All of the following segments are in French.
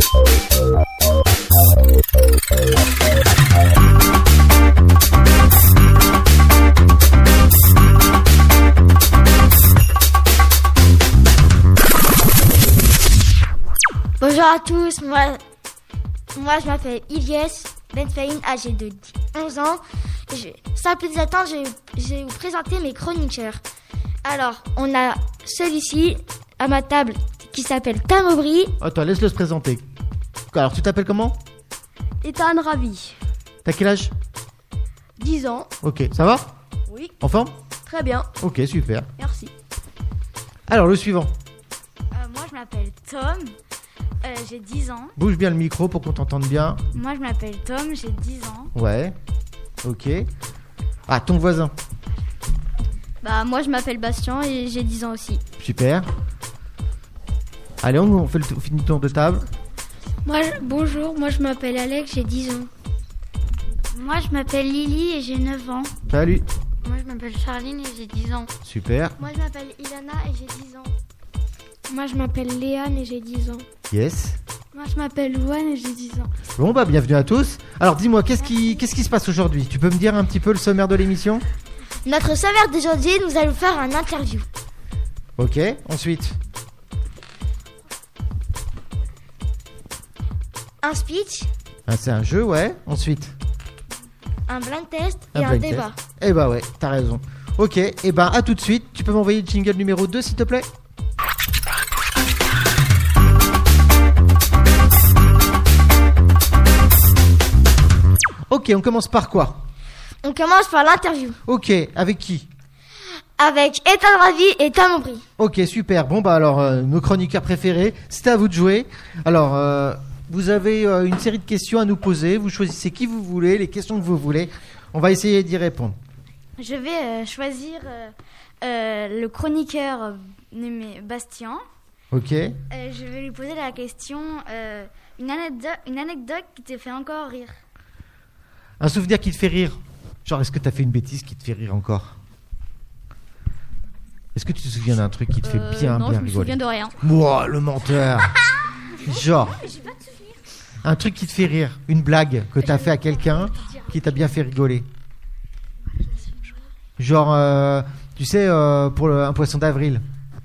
Bonjour à tous, moi je m'appelle Ilyes Benfaïn, âgé de 11 ans. Sans plus attendre, je vais vous présenter mes chroniqueurs. Alors, on a celui-ci à ma table qui s'appelle Tam Aubry. Attends, laisse-le se présenter. Alors, tu t'appelles comment ? Ethan Ravi. T'as quel âge ? 10 ans. Ok, ça va ? Oui. En forme ? Très bien. Ok, super. Merci. Alors, le suivant. Moi, je m'appelle Tom. J'ai 10 ans. Bouge bien le micro pour qu'on t'entende bien. Moi, je m'appelle Tom. J'ai 10 ans. Ouais. Ok. Ah, ton voisin. Moi, je m'appelle Bastien et j'ai 10 ans aussi. Super. Allez, on fait le fini tour de table. Bonjour, moi je m'appelle Alex, j'ai 10 ans. Moi, je m'appelle Lily et j'ai 9 ans. Salut. Moi, je m'appelle Charline et j'ai 10 ans. Super. Moi je m'appelle Ilana et j'ai 10 ans. Moi je m'appelle Léane et j'ai 10 ans. Yes. Moi je m'appelle Louane et j'ai 10 ans. Bon, bienvenue à tous. Alors, dis-moi, qu'est-ce qui se passe aujourd'hui ? Tu peux me dire un petit peu le sommaire de l'émission ? Notre sommaire d'aujourd'hui, nous allons faire un interview. Ok, ensuite. Un speech, Ah, c'est un jeu, ouais. Ensuite. un blind test et un blind débat. test. Eh bah ouais, t'as raison. Ok, à tout de suite. Tu peux m'envoyer le jingle numéro 2, s'il te plaît ? Ok, on commence par quoi ? On commence par l'interview. Ok, avec qui ? Avec Ethan Ravi et Tam Aubry. Ok, super. Bon, alors, nos chroniqueurs préférés, c'est à vous de jouer. Alors, vous avez une série de questions à nous poser. Vous choisissez qui vous voulez, les questions que vous voulez. On va essayer d'y répondre. Je vais choisir le chroniqueur nommé Bastien. Ok. Je vais lui poser la question, une anecdote qui te fait encore rire. Un souvenir qui te fait rire. Genre, est-ce que t'as fait une bêtise qui te fait rire encore ? Est-ce que tu te souviens d'un truc qui te fait bien Non, je me rigoler ? souviens de rien. Ouah, le menteur. Genre, un truc qui te fait rire, une blague que t'as fait à quelqu'un qui t'a bien fait rigoler. Genre, tu sais, pour un poisson d'avril.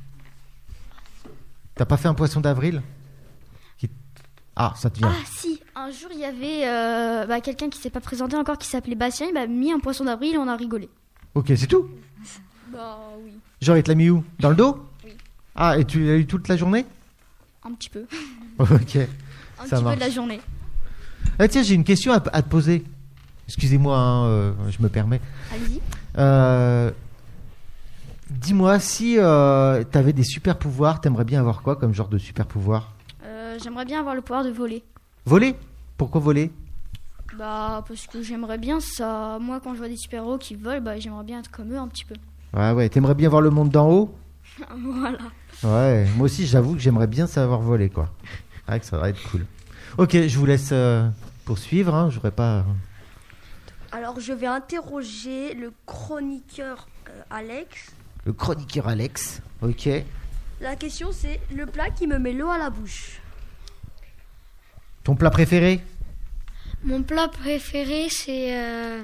T'as pas fait un poisson d'avril ? Ah, ça te vient. Ah si, un jour il y avait quelqu'un qui s'est pas présenté encore qui s'appelait Bastien, il m'a mis un poisson d'avril et on a rigolé. Ok, c'est tout ? Oui. Genre, il te l'a mis où ? Dans le dos ? Oui. Ah, et tu l'as eu toute la journée ? Un petit peu. Ok, Un ça petit peu marche. de la journée. Ah, tiens, j'ai une question à te poser. Excusez-moi, je me permets. Allez-y. Dis-moi, si t'avais des super pouvoirs, t'aimerais bien avoir quoi comme genre de super pouvoir ? J'aimerais bien avoir le pouvoir de voler. Voler ? Pourquoi voler ? Parce que j'aimerais bien ça. Moi, quand je vois des super-héros qui volent, j'aimerais bien être comme eux un petit peu. Ouais, t'aimerais bien voir le monde d'en haut ? Voilà. Ouais, moi aussi, j'avoue que j'aimerais bien savoir voler, quoi. Ouais, que ça va être cool. Ok, je vous laisse poursuivre, hein, j'aurais pas... Alors, je vais interroger le chroniqueur Alex. Le chroniqueur Alex, ok. La question, c'est le plat qui me met l'eau à la bouche. Ton plat préféré ? Mon plat préféré, c'est...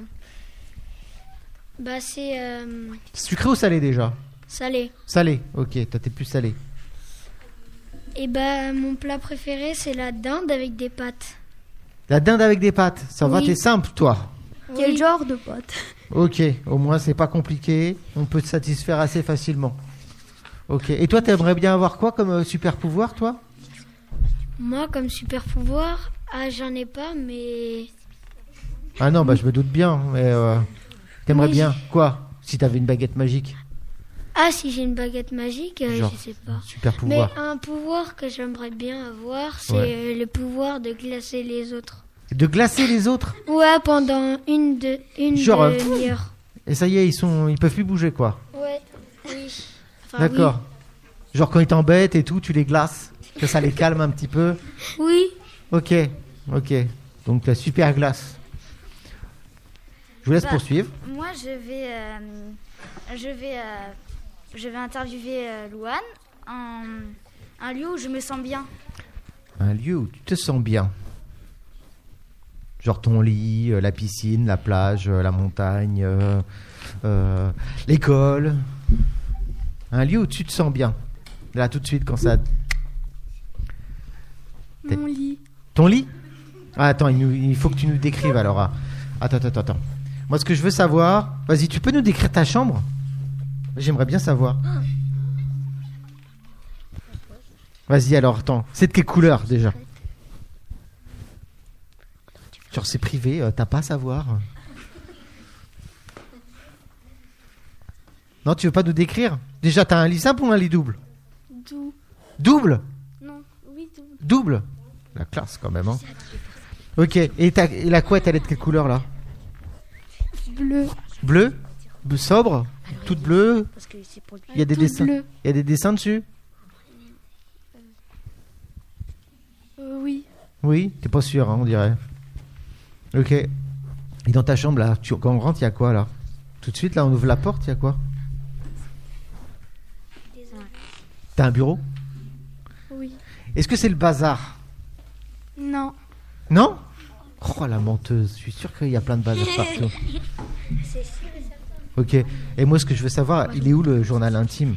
Sucré ou salé déjà ? salé. Salé, ok, toi t'es plus salé. Et mon plat préféré, c'est la dinde avec des pâtes. La dinde avec des pâtes, ça va, Oui. t'es simple, toi. Quel genre de pâte? Ok, au moins c'est pas compliqué, on peut te satisfaire assez facilement. Ok, et toi t'aimerais bien avoir quoi comme super pouvoir, toi ? Moi, comme super pouvoir, j'en ai pas, mais... Ah non, je me doute bien, mais t'aimerais Oui. bien quoi si t'avais une baguette magique ? Ah, si j'ai une baguette magique, Genre, je sais pas. super Mais pouvoir. un pouvoir que j'aimerais bien avoir, c'est Ouais. le pouvoir de glacer les autres. De glacer les autres ? Ouais, pendant une Genre, demi-heure. Et ça y est, ils peuvent plus bouger quoi. Ouais, oui. Enfin, D'accord. Genre quand ils t'embêtent et tout, tu les glaces, que ça les calme un petit peu. Oui. Ok. Donc la super glace. Je vous laisse poursuivre. Moi, je vais interviewer Louane, un lieu où je me sens bien. Un lieu où tu te sens bien. Genre ton lit, la piscine, la plage, la montagne, l'école. Un lieu où tu te sens bien. Là, tout de suite, quand ça... Mon lit. Ton lit? Ah, attends, il faut que tu nous décrives alors. Ah. Attends. Moi, ce que je veux savoir... Vas-y, tu peux nous décrire ta chambre? J'aimerais bien savoir. Vas-y, alors, attends. C'est de quelle couleur, déjà? Genre, c'est privé, t'as pas à savoir. Non, tu veux pas nous décrire? Déjà, t'as un lit simple ou un lit double? Double? Non, oui, double. Double? La classe, quand même, hein. Ok, et la couette, elle est de quelle couleur, là? Bleu. Bleu? Sobre? Toute bleue? Il y a des Toute dessins. bleue. Il y a des dessins dessus? Oui. Oui, t'es pas sûr, hein, on dirait. Ok. Et dans ta chambre, là, quand on rentre, il y a quoi, là? Tout de suite, là, on ouvre la porte, il y a quoi? T'as un bureau? Oui. Est-ce que c'est le bazar? Non. Non? Oh, la menteuse. Je suis sûr qu'il y a plein de bazar partout. Ok. Et moi, ce que je veux savoir, il est où le journal intime?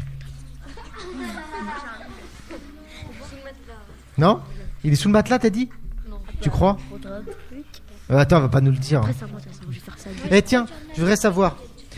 Non? Il est sous le matelas, t'as dit? Tu crois? Attends, on va pas nous le dire. Hein. Eh tiens, je voudrais savoir.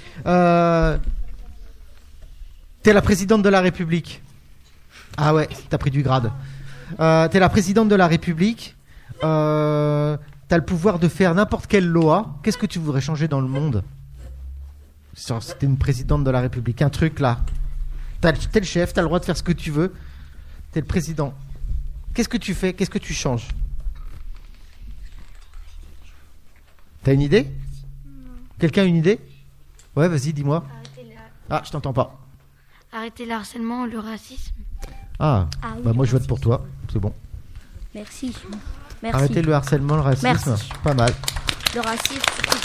T'es la présidente de la République. Ah ouais, t'as pris du grade. T'es la présidente de la République. T'as le pouvoir de faire n'importe quelle loi. Qu'est-ce que tu voudrais changer dans le monde? Si t'es une présidente de la République, un truc là. T'es le chef, t'as le droit de faire ce que tu veux. T'es le président. Qu'est-ce que tu fais? Qu'est-ce que tu changes? T'as une idée? Quelqu'un a une idée? Ouais, vas-y, dis-moi. Ah, je t'entends pas. Arrêter le harcèlement, le racisme. Ah, oui, bah moi je vote pour toi, c'est bon. Merci. Arrêtez le harcèlement, le racisme, Merci. pas mal. Le racisme.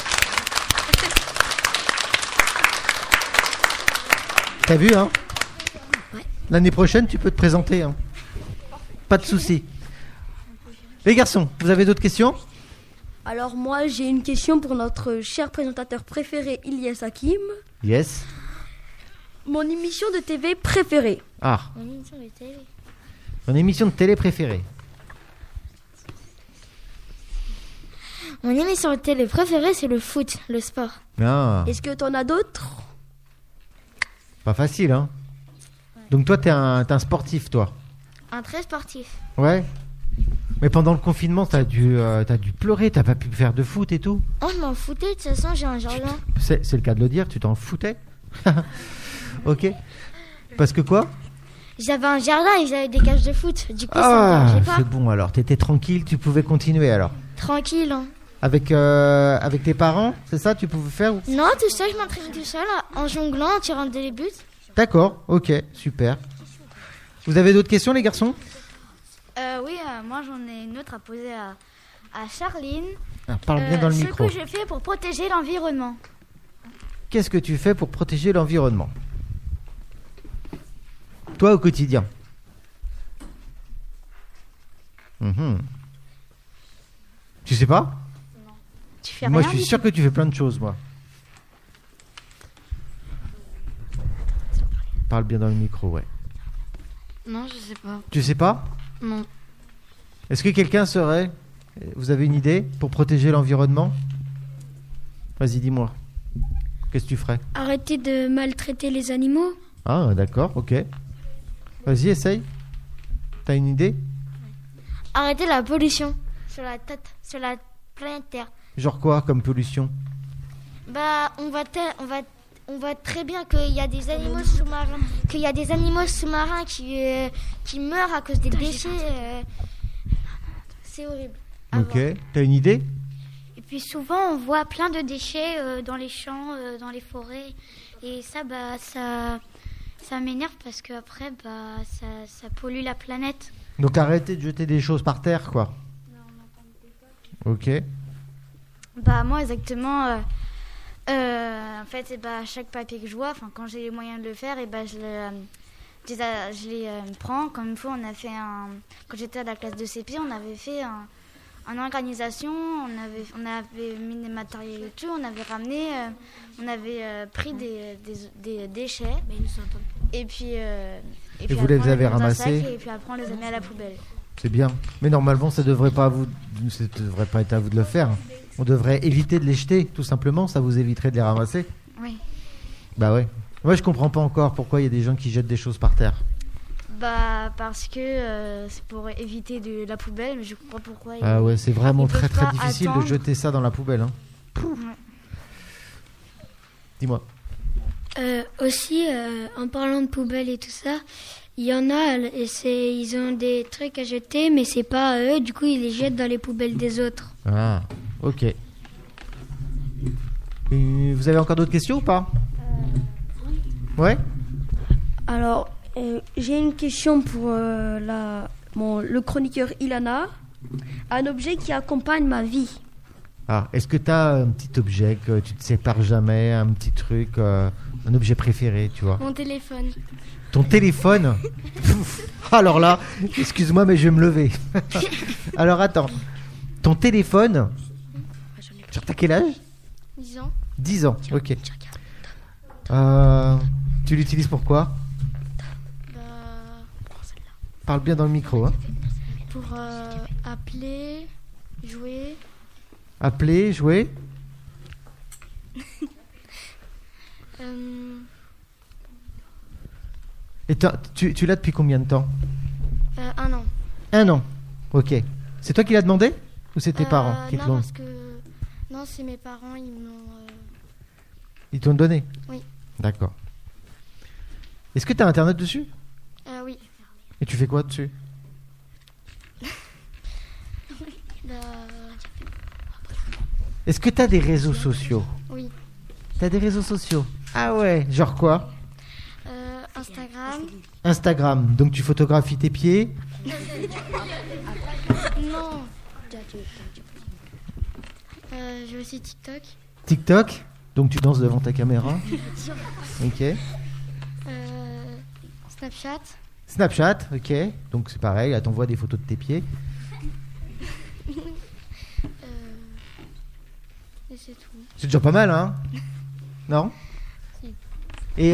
T'as vu, hein? L'année prochaine, tu peux te présenter, hein. Pas de souci. Les garçons, vous avez d'autres questions? Alors moi, j'ai une question pour notre cher présentateur préféré, Ilyes Hakim. Yes. Mon émission de TV préférée. Ah, Mon émission de télé. ton émission de télé préférée? Mon émission de télé préférée, c'est le foot, le sport. Ah, Est-ce que t'en as d'autres? pas facile, hein. Donc toi, t'es un sportif, toi? Un très sportif. Ouais. Mais pendant le confinement, t'as dû pleurer, t'as pas pu faire de foot et tout? Oh, je m'en foutais, de toute façon, j'ai un jardin. C'est le cas de le dire, tu t'en foutais? Ok. Parce que quoi? J'avais un jardin et j'avais des cages de foot. Du coup, ça me Ah, dérangeait pas. c'est bon alors, t'étais tranquille, tu pouvais continuer alors. Tranquille. Hein. Avec tes parents, c'est ça, tu pouvais faire? Non, tout seul, je m'entraînais tout seul, en jonglant, en tirant des buts. D'accord, ok, super. Vous avez d'autres questions, les garçons? Oui, moi j'en ai une autre à poser à Charline. Ah, parle bien dans le micro. Ce que je fais pour protéger l'environnement. Qu'est-ce que tu fais pour protéger l'environnement? Toi, au quotidien. Tu sais pas? Tu fais Moi, rien je suis du sûr tout. que tu fais plein de choses, moi. Parle bien dans le micro, ouais. Non, je sais pas. Tu sais pas? Non. Est-ce que quelqu'un saurait? Vous avez une idée pour protéger l'environnement? Vas-y, dis-moi. Qu'est-ce que tu ferais? Arrêter de maltraiter les animaux. Ah, d'accord, ok. Vas-y, essaye. T'as une idée? Arrêter la pollution sur la planète Terre. Genre quoi comme pollution? Bah, on voit très bien qu'il y a des animaux sous-marins, qui meurent à cause des déchets. C'est horrible. à Ok. voir. T'as une idée? Et puis souvent, on voit plein de déchets dans les champs, dans les forêts. Et ça, bah, ça m'énerve parce qu'après, bah, ça pollue la planète. Donc arrêtez de jeter des choses par terre, quoi. Ok. Bah moi exactement. En fait, chaque papier que je vois, quand j'ai les moyens de le faire, je je les prends. Comme une fois, quand j'étais à la classe de CP, on avait fait une organisation, on avait mis des matériels et tout, on avait ramené, on avait pris des déchets. Et puis vous les avez ramassés et puis après on les a mis à la poubelle. C'est bien. Mais normalement, ça devrait pas être à vous de le faire. On devrait éviter de les jeter, tout simplement. Ça vous éviterait de les ramasser. Oui. Bah ouais. Moi, je comprends pas encore pourquoi il y a des gens qui jettent des choses par terre. Bah parce que c'est pour éviter de la poubelle, mais je comprends pas pourquoi. Ah ouais, c'est vraiment très peuvent pas difficile attendre. de jeter ça dans la poubelle. Hein. Ouais. Dis-moi. Aussi, en parlant de poubelle et tout ça, il y en a, ils ont des trucs à jeter, mais c'est pas à eux, du coup ils les jettent dans les poubelles des autres. Ah, ok. Et vous avez encore d'autres questions ou pas? Ouais. Alors, j'ai une question pour le chroniqueur Ilana. Un objet qui accompagne ma vie. Ah, est-ce que tu as un petit objet que tu te sépares jamais, un petit truc, un objet préféré, tu vois? Mon téléphone. Ton téléphone? Alors là, excuse-moi, mais je vais me lever. Alors attends, ton téléphone, t'as quel âge? 10 ans. 10 ans, ok. Tu l'utilises pour quoi? Parle bien dans le micro. Hein. Pour appeler, jouer. Appeler, jouer. Et tu l'as depuis combien de temps? 1 an. 1 an, ok. C'est toi qui l'as demandé? Ou c'est tes parents qui te Non, l'ont? parce que... Non, c'est mes parents, Ils t'ont donné? Oui. D'accord. Est-ce que tu as Internet dessus? Oui. Et tu fais quoi dessus? Est-ce que tu as des réseaux sociaux? Oui. Tu as des réseaux sociaux? Ah ouais, genre quoi? Instagram. Instagram, donc tu photographies tes pieds? Non. J'ai aussi TikTok. TikTok, donc tu danses devant ta caméra? Ok. Snapchat. Snapchat, ok. Donc c'est pareil, elle t'envoie des photos de tes pieds. Et c'est tout. C'est déjà pas mal, hein? Non? Si. Et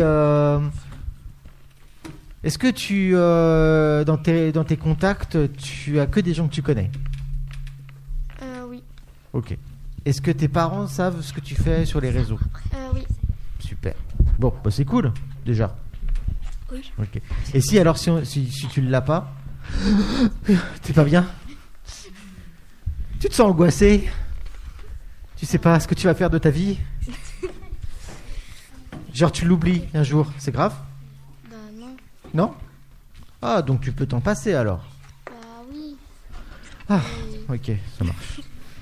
est-ce que dans tes contacts, tu as que des gens que tu connais? Oui. Ok. Est-ce que tes parents savent ce que tu fais sur les réseaux? Oui. Super. Bon, bah c'est cool, déjà. Oui. Ok. Et si alors, si tu ne l'as pas, t'es pas bien? Tu te sens angoissé? Tu sais pas ce que tu vas faire de ta vie? Genre tu l'oublies un jour, c'est grave? Bah non. Non? Ah, donc tu peux t'en passer alors? Bah oui. Ah, ok, ça marche.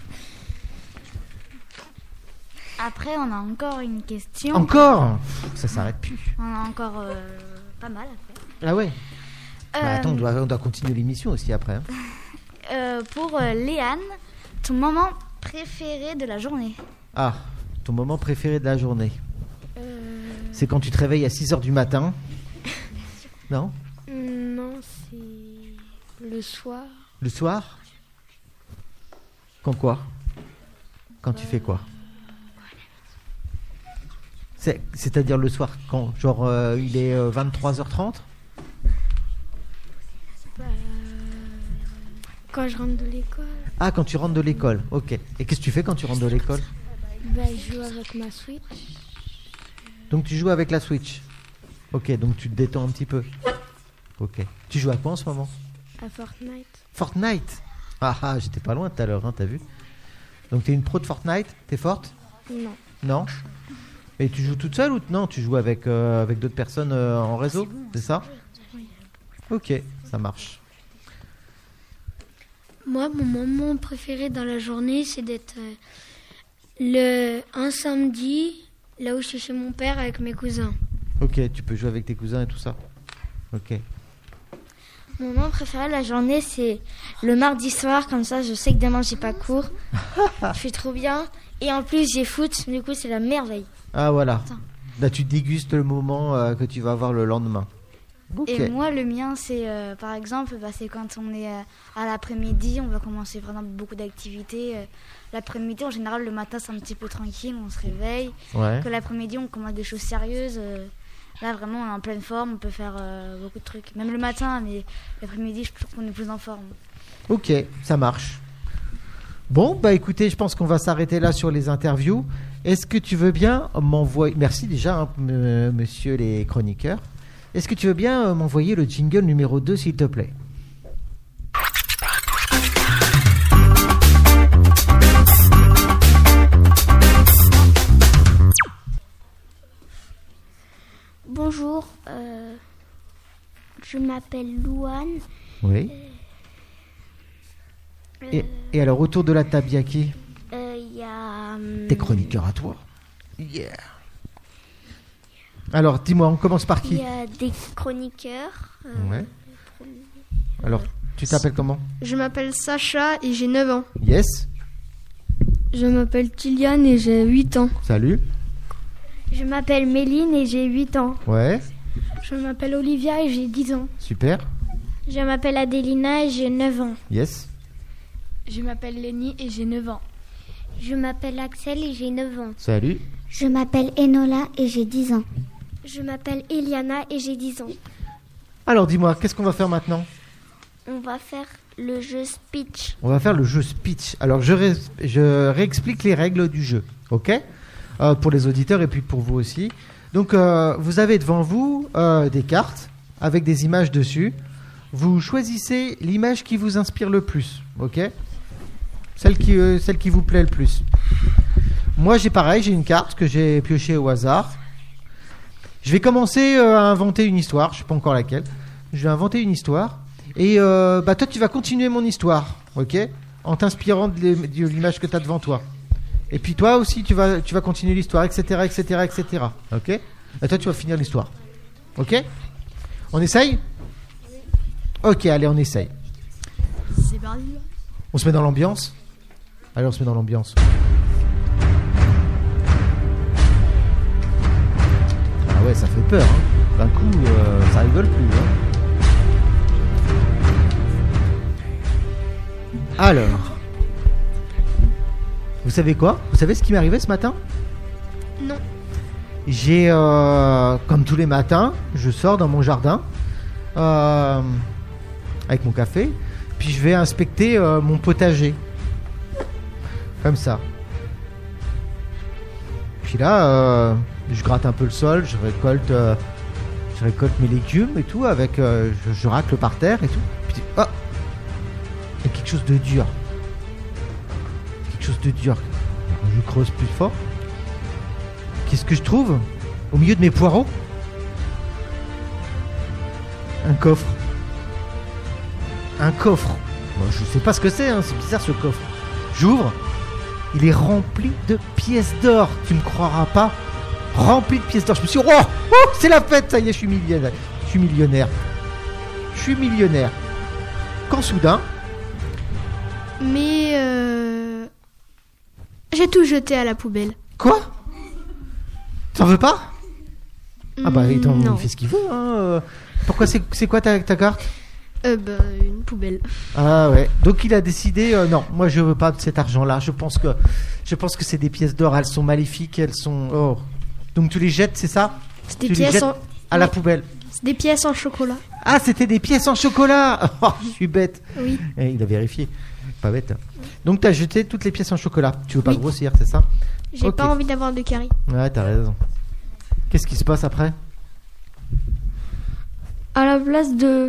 Après, on a encore une question. Encore? Ça s'arrête plus. On a encore pas mal à faire. Ah ouais? Bah, attends, on doit continuer l'émission aussi après. Hein. Pour Léane, ton moment préféré de la journée? Ah, ton moment préféré de la journée? C'est quand tu te réveilles à 6h du matin? Non? Non, c'est le soir. Le soir? Quand quoi? Quand tu fais quoi? C'est-à-dire le soir, quand? Genre, il est 23h30? Quand je rentre de l'école. Ah, quand tu rentres de l'école, ok. Et qu'est-ce que tu fais quand tu rentres de l'école? Je joue avec ma Switch. Donc tu joues avec la Switch? Ok, donc tu te détends un petit peu. Ok. Tu joues à quoi en ce moment? À Fortnite. Fortnite? Ah, j'étais pas loin tout à l'heure, hein, t'as vu? Donc t'es une pro de Fortnite? T'es forte? Non. Non? Et tu joues toute seule ou non? Tu joues avec d'autres personnes en réseau? C'est ça? Oui. Ok, ça marche. Moi, mon moment préféré dans la journée, c'est d'être un samedi, là où je suis chez mon père avec mes cousins. Ok, tu peux jouer avec tes cousins et tout ça? Ok. Mon moment préféré de la journée, c'est le mardi soir, comme ça je sais que demain j'ai pas cours. Je suis trop bien. Et en plus j'ai foot, du coup c'est la merveille. Ah voilà. Attends. Là tu dégustes le moment que tu vas avoir le lendemain. Ok. Et moi, le mien, c'est par exemple, c'est quand on est à l'après-midi, on va commencer vraiment beaucoup d'activités. L'après-midi, en général, le matin, c'est un petit peu tranquille, on se réveille. Ouais. Que l'après-midi, on commence des choses sérieuses. Là, vraiment, on est en pleine forme, on peut faire beaucoup de trucs. Même le matin, mais l'après-midi, je trouve qu'on est plus en forme. Ok, ça marche. Bon, bah écoutez, je pense qu'on va s'arrêter là sur les interviews. Est-ce que tu veux bien m'envoyer... Merci déjà, hein, monsieur les chroniqueurs. Est-ce que tu veux bien m'envoyer le jingle numéro 2, s'il te plaît ? Bonjour, je m'appelle Louane. Oui. Et alors, autour de la table, il y a qui ? Il y a... Tes chroniqueurs à toi. Yeah. Alors, dis-moi, on commence par Il qui ? y a des chroniqueurs. Ouais. Alors, tu t'appelles comment ? Je m'appelle Sacha et j'ai 9 ans. Yes. Je m'appelle Kylian et j'ai 8 ans. Salut. Je m'appelle Méline et j'ai 8 ans. Ouais. Je m'appelle Olivia et j'ai 10 ans. Super. Je m'appelle Adélina et j'ai 9 ans. Yes. Je m'appelle Lénie et j'ai 9 ans. Je m'appelle Axel et j'ai 9 ans. Salut. Je m'appelle Enola et j'ai 10 ans. Je m'appelle Eliana et j'ai 10 ans. Alors, dis-moi, qu'est-ce qu'on va faire maintenant ? On va faire le jeu speech. On va faire le jeu speech. Alors, je réexplique les règles du jeu, ok ? Pour les auditeurs et puis pour vous aussi. Donc, vous avez devant vous des cartes avec des images dessus. Vous choisissez l'image qui vous inspire le plus, ok ? Celle qui vous plaît le plus. Moi, j'ai une carte que j'ai piochée au hasard. Je vais commencer à inventer une histoire. Je ne sais pas encore laquelle. Je vais inventer une histoire. Et toi, tu vas continuer mon histoire, ok ? En t'inspirant de l'image que tu as devant toi. Et puis toi aussi, tu vas continuer l'histoire, etc., etc., etc. Ok ? Et toi, tu vas finir l'histoire. Ok ? On essaye ? Ok, allez, on essaye. C'est parti. On se met dans l'ambiance ? Allez, on se met dans l'ambiance. Ah ouais, ça fait peur. Hein. D'un coup, ça rigole plus. Hein. Alors, vous savez quoi ? Vous savez ce qui m'est arrivé ce matin ? Non. J'ai, comme tous les matins, je sors dans mon jardin avec mon café, puis je vais inspecter mon potager. Comme ça. Puis là, je gratte un peu le sol, je récolte mes légumes et tout, avec, je racle par terre et tout. Puis, oh, il y a quelque chose de dur. Quelque chose de dur. Je creuse plus fort. Qu'est-ce que je trouve au milieu de mes poireaux ? Un coffre. Un coffre. Bon, je sais pas ce que c'est, hein, c'est bizarre ce coffre. J'ouvre. Il est rempli de pièces d'or. Tu ne croiras pas. Rempli de pièces d'or. Je me suis dit, oh, c'est la fête, ça y est, je suis millionnaire. Je suis millionnaire. Quand soudain... Mais j'ai tout jeté à la poubelle. Quoi ? T'en veux pas ? Ah bah il non. fait ce qu'il veut. Hein. Pourquoi c'est quoi ta carte ? Une poubelle. Ah ouais. Donc il a décidé non, moi je veux pas de cet argent-là. Je pense que c'est des pièces d'or. Elles sont maléfiques. Elles sont. Oh. Donc tu les jettes, c'est ça ? C'est des Tu les pièces jettes à la poubelle. C'est des pièces en chocolat. Ah, c'était des pièces en chocolat. Oh, je suis bête. Oui. Et il a vérifié. Pas bête. Donc tu as jeté toutes les pièces en chocolat. Tu veux pas Oui. grossir, c'est ça ? J'ai Ok. pas envie d'avoir de caries. Ouais, t'as raison. Qu'est-ce qui se passe après ? À la place de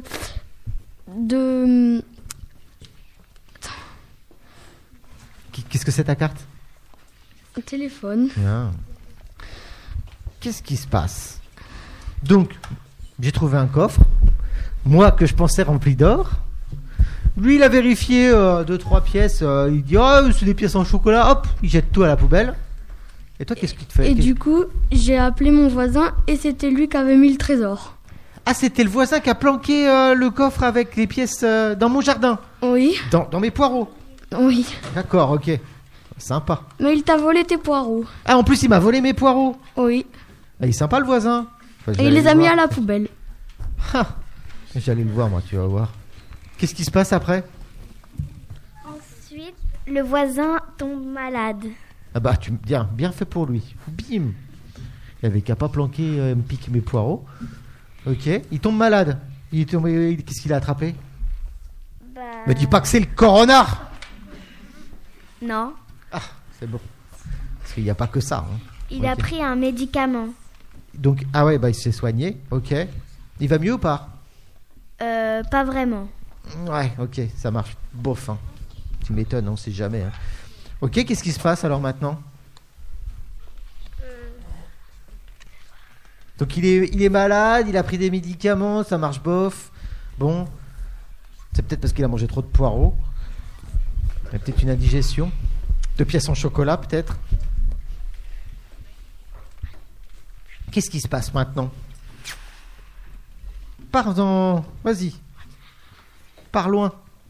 Qu'est-ce que c'est ta carte ? un téléphone. Ah. Qu'est-ce qui se passe ? Donc, j'ai trouvé un coffre, moi que je pensais rempli d'or. Lui, il a vérifié 2-3 pièces. Il dit, oh, c'est des pièces en chocolat. Hop, il jette tout à la poubelle. Et toi, qu'est-ce qu'il te fait ? Et du coup, j'ai appelé mon voisin et c'était lui qui avait mis le trésor. Ah, c'était le voisin qui a planqué le coffre avec les pièces dans mon jardin. Oui, Dans mes poireaux. oui. D'accord, ok. Sympa. Mais il t'a volé tes poireaux. Ah, en plus, il m'a volé mes poireaux. Oui. Ah, il est sympa, le voisin. Enfin, je Et vais il aller les a le mis voir. à la poubelle. J'allais le voir, moi, tu vas voir. Qu'est-ce qui se passe après? Ensuite, le voisin tombe malade. Ah bah, tu me dis, bien fait pour lui. Bim. Il avait qu'à pas planquer, me piquer mes poireaux. Ok, il tombe malade. Qu'est-ce qu'il a attrapé? Me dis pas que c'est le corona. Non. Ah, c'est bon. Parce qu'il n'y a pas que ça. Hein. Il a pris un médicament. Donc, ah ouais, bah il s'est soigné. Ok. Il va mieux ou pas? Pas vraiment. Ouais, ok, ça marche. Bof. Hein. Tu m'étonnes, on sait jamais. Hein. Ok, qu'est-ce qui se passe alors maintenant? Donc il est malade, il a pris des médicaments, ça marche bof. Bon, c'est peut-être parce qu'il a mangé trop de poireaux. Il y a peut-être une indigestion. 2 pièces en chocolat peut-être. Qu'est-ce qui se passe maintenant? Pardon, vas-y. Pars loin.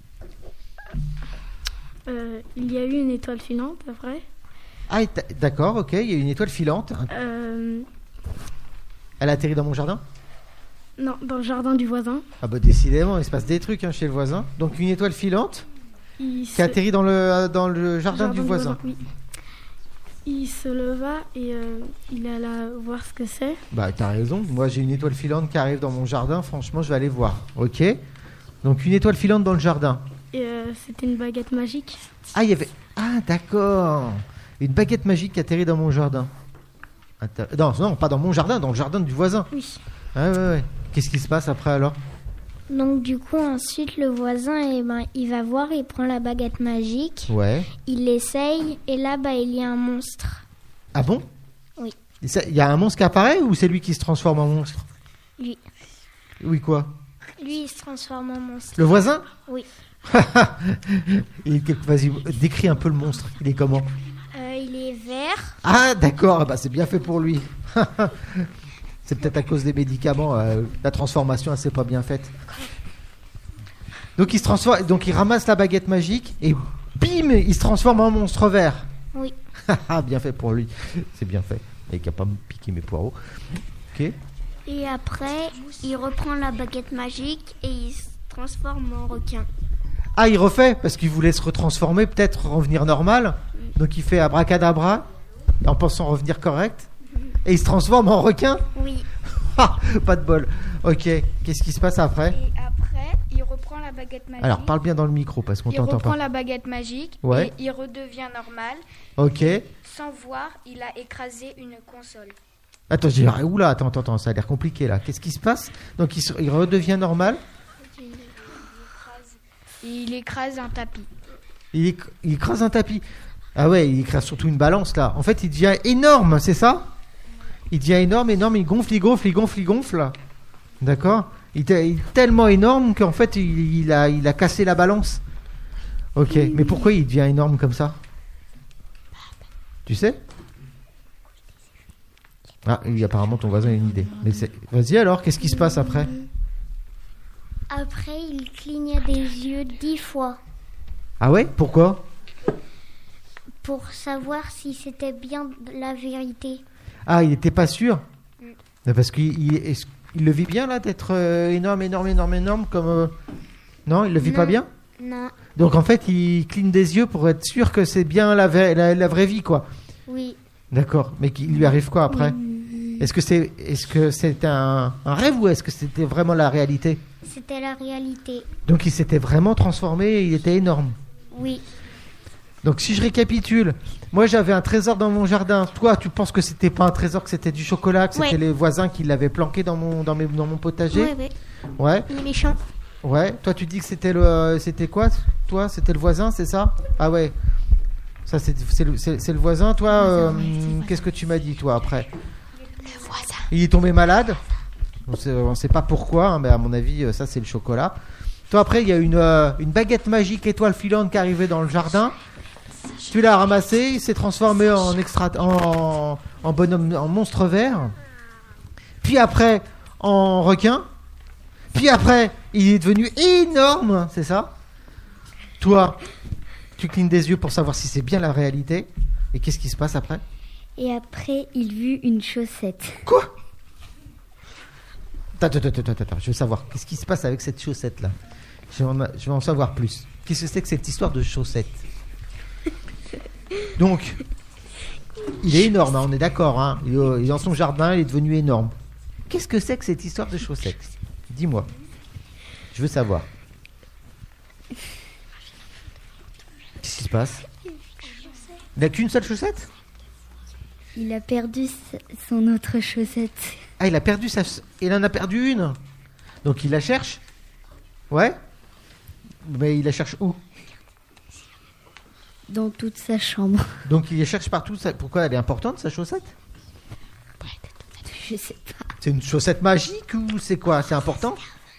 Il y a eu une étoile filante après. Ah, d'accord, ok, il y a une étoile filante. Elle a atterri dans mon jardin? Non, dans le jardin du voisin. Ah bah décidément, il se passe des trucs chez le voisin. Donc une étoile filante qui a atterri dans le jardin du voisin. Oui. Il se leva et il alla voir ce que c'est. Bah t'as raison, moi j'ai une étoile filante qui arrive dans mon jardin, franchement je vais aller voir. Ok. Donc une étoile filante dans le jardin. Et c'était une baguette magique. Ah il y avait... Ah d'accord. Une baguette magique qui atterrit dans mon jardin. Non, pas dans mon jardin, dans le jardin du voisin. Oui. Ah ouais. Qu'est-ce qui se passe après alors? Donc du coup, ensuite, le voisin, il va voir, il prend la baguette magique. Ouais. Il l'essaye et là, il y a un monstre. Ah bon? Oui. Il y a un monstre qui apparaît ou c'est lui qui se transforme en monstre? Lui. Oui, quoi? Lui, il se transforme en monstre. Le voisin? Oui. Vas-y, décris un peu le monstre. Il est comment? Il est vert. Ah d'accord, bah, c'est bien fait pour lui. C'est peut-être à cause des médicaments, la transformation elle s'est pas bien faite. Donc il se transforme, donc il ramasse la baguette magique et bim, il se transforme en monstre vert. Oui. Bien fait pour lui, c'est bien fait. Et qui a pas me piqué mes poireaux. Ok. Et après, il reprend la baguette magique et il se transforme en requin. Ah, il refait parce qu'il voulait se retransformer, peut-être revenir normal. Donc il fait abracadabra en pensant revenir correct. Et il se transforme en requin? Oui. Pas de bol. Ok, qu'est-ce qui se passe après? Et après, il reprend la baguette magique. Alors parle bien dans le micro parce qu'on t'entend pas. Il reprend la baguette magique ouais. Et il redevient normal. Ok. Sans voir, il a écrasé une console. Attends, oula, attends, ça a l'air compliqué là. Qu'est-ce qui se passe? Donc il redevient normal. Il écrase un tapis. Il écrase un tapis. Ah ouais, il écrase surtout une balance là. En fait, il devient énorme, c'est ça? Il devient énorme, il gonfle. D'accord? Il est tellement énorme qu'en fait, il a cassé la balance. Ok, mais pourquoi il devient énorme comme ça? Tu sais? Ah, apparemment ton voisin a une idée. Mais vas-y alors, qu'est-ce qui se passe après? Après, il cligna des yeux 10 fois. Ah ouais? Pourquoi? Pour savoir si c'était bien la vérité. Ah, il n'était pas sûr? Parce qu'il le vit bien là d'être énorme comme... Non, il le vit pas bien? Non. Donc en fait, il cligne des yeux pour être sûr que c'est bien la vraie vie, quoi. Oui. D'accord, mais il lui arrive quoi après? Est-ce que c'était un rêve ou est-ce que c'était vraiment la réalité? C'était la réalité. Donc il s'était vraiment transformé et il était énorme? Oui. Donc si je récapitule, moi j'avais un trésor dans mon jardin. Toi, tu penses que c'était pas un trésor, que c'était du chocolat, que c'était les voisins qui l'avaient planqué dans mon potager? Oui. Ouais. Il est méchant. Ouais. Toi, tu dis que c'était quoi? Toi, c'était le voisin, c'est ça? Ah ouais. Ça, c'est le voisin. Toi, qu'est-ce que tu m'as dit, toi, après? Le voisin. Il est tombé malade. On sait pas pourquoi, hein, mais à mon avis, ça, c'est le chocolat. Toi, après, il y a une baguette magique étoile filante qui est arrivée dans le jardin. Tu l'as ramassé, il s'est transformé en bonhomme, en monstre vert. Puis après, en requin. Puis après, il est devenu énorme, c'est ça? Toi, tu clignes des yeux pour savoir si c'est bien la réalité. Et qu'est-ce qui se passe après? Et après, il vit une chaussette. Quoi? Attends, je veux savoir. Qu'est-ce qui se passe avec cette chaussette-là? Je vais en savoir plus. Qu'est-ce que c'est que cette histoire de chaussette? Donc, il est énorme, hein, on est d'accord. Hein. Il est dans son jardin, il est devenu énorme. Qu'est-ce que c'est que cette histoire de chaussette? Dis-moi. Je veux savoir. Qu'est-ce qui se passe? Il n'a qu'une seule chaussette? Il a perdu son autre chaussette. Ah, il en a perdu une. Donc il la cherche? Ouais. Mais il la cherche où? Dans toute sa chambre. Donc il la cherche partout. Pourquoi elle est importante, sa chaussette? Je sais pas. C'est une chaussette magique ou c'est quoi? C'est important?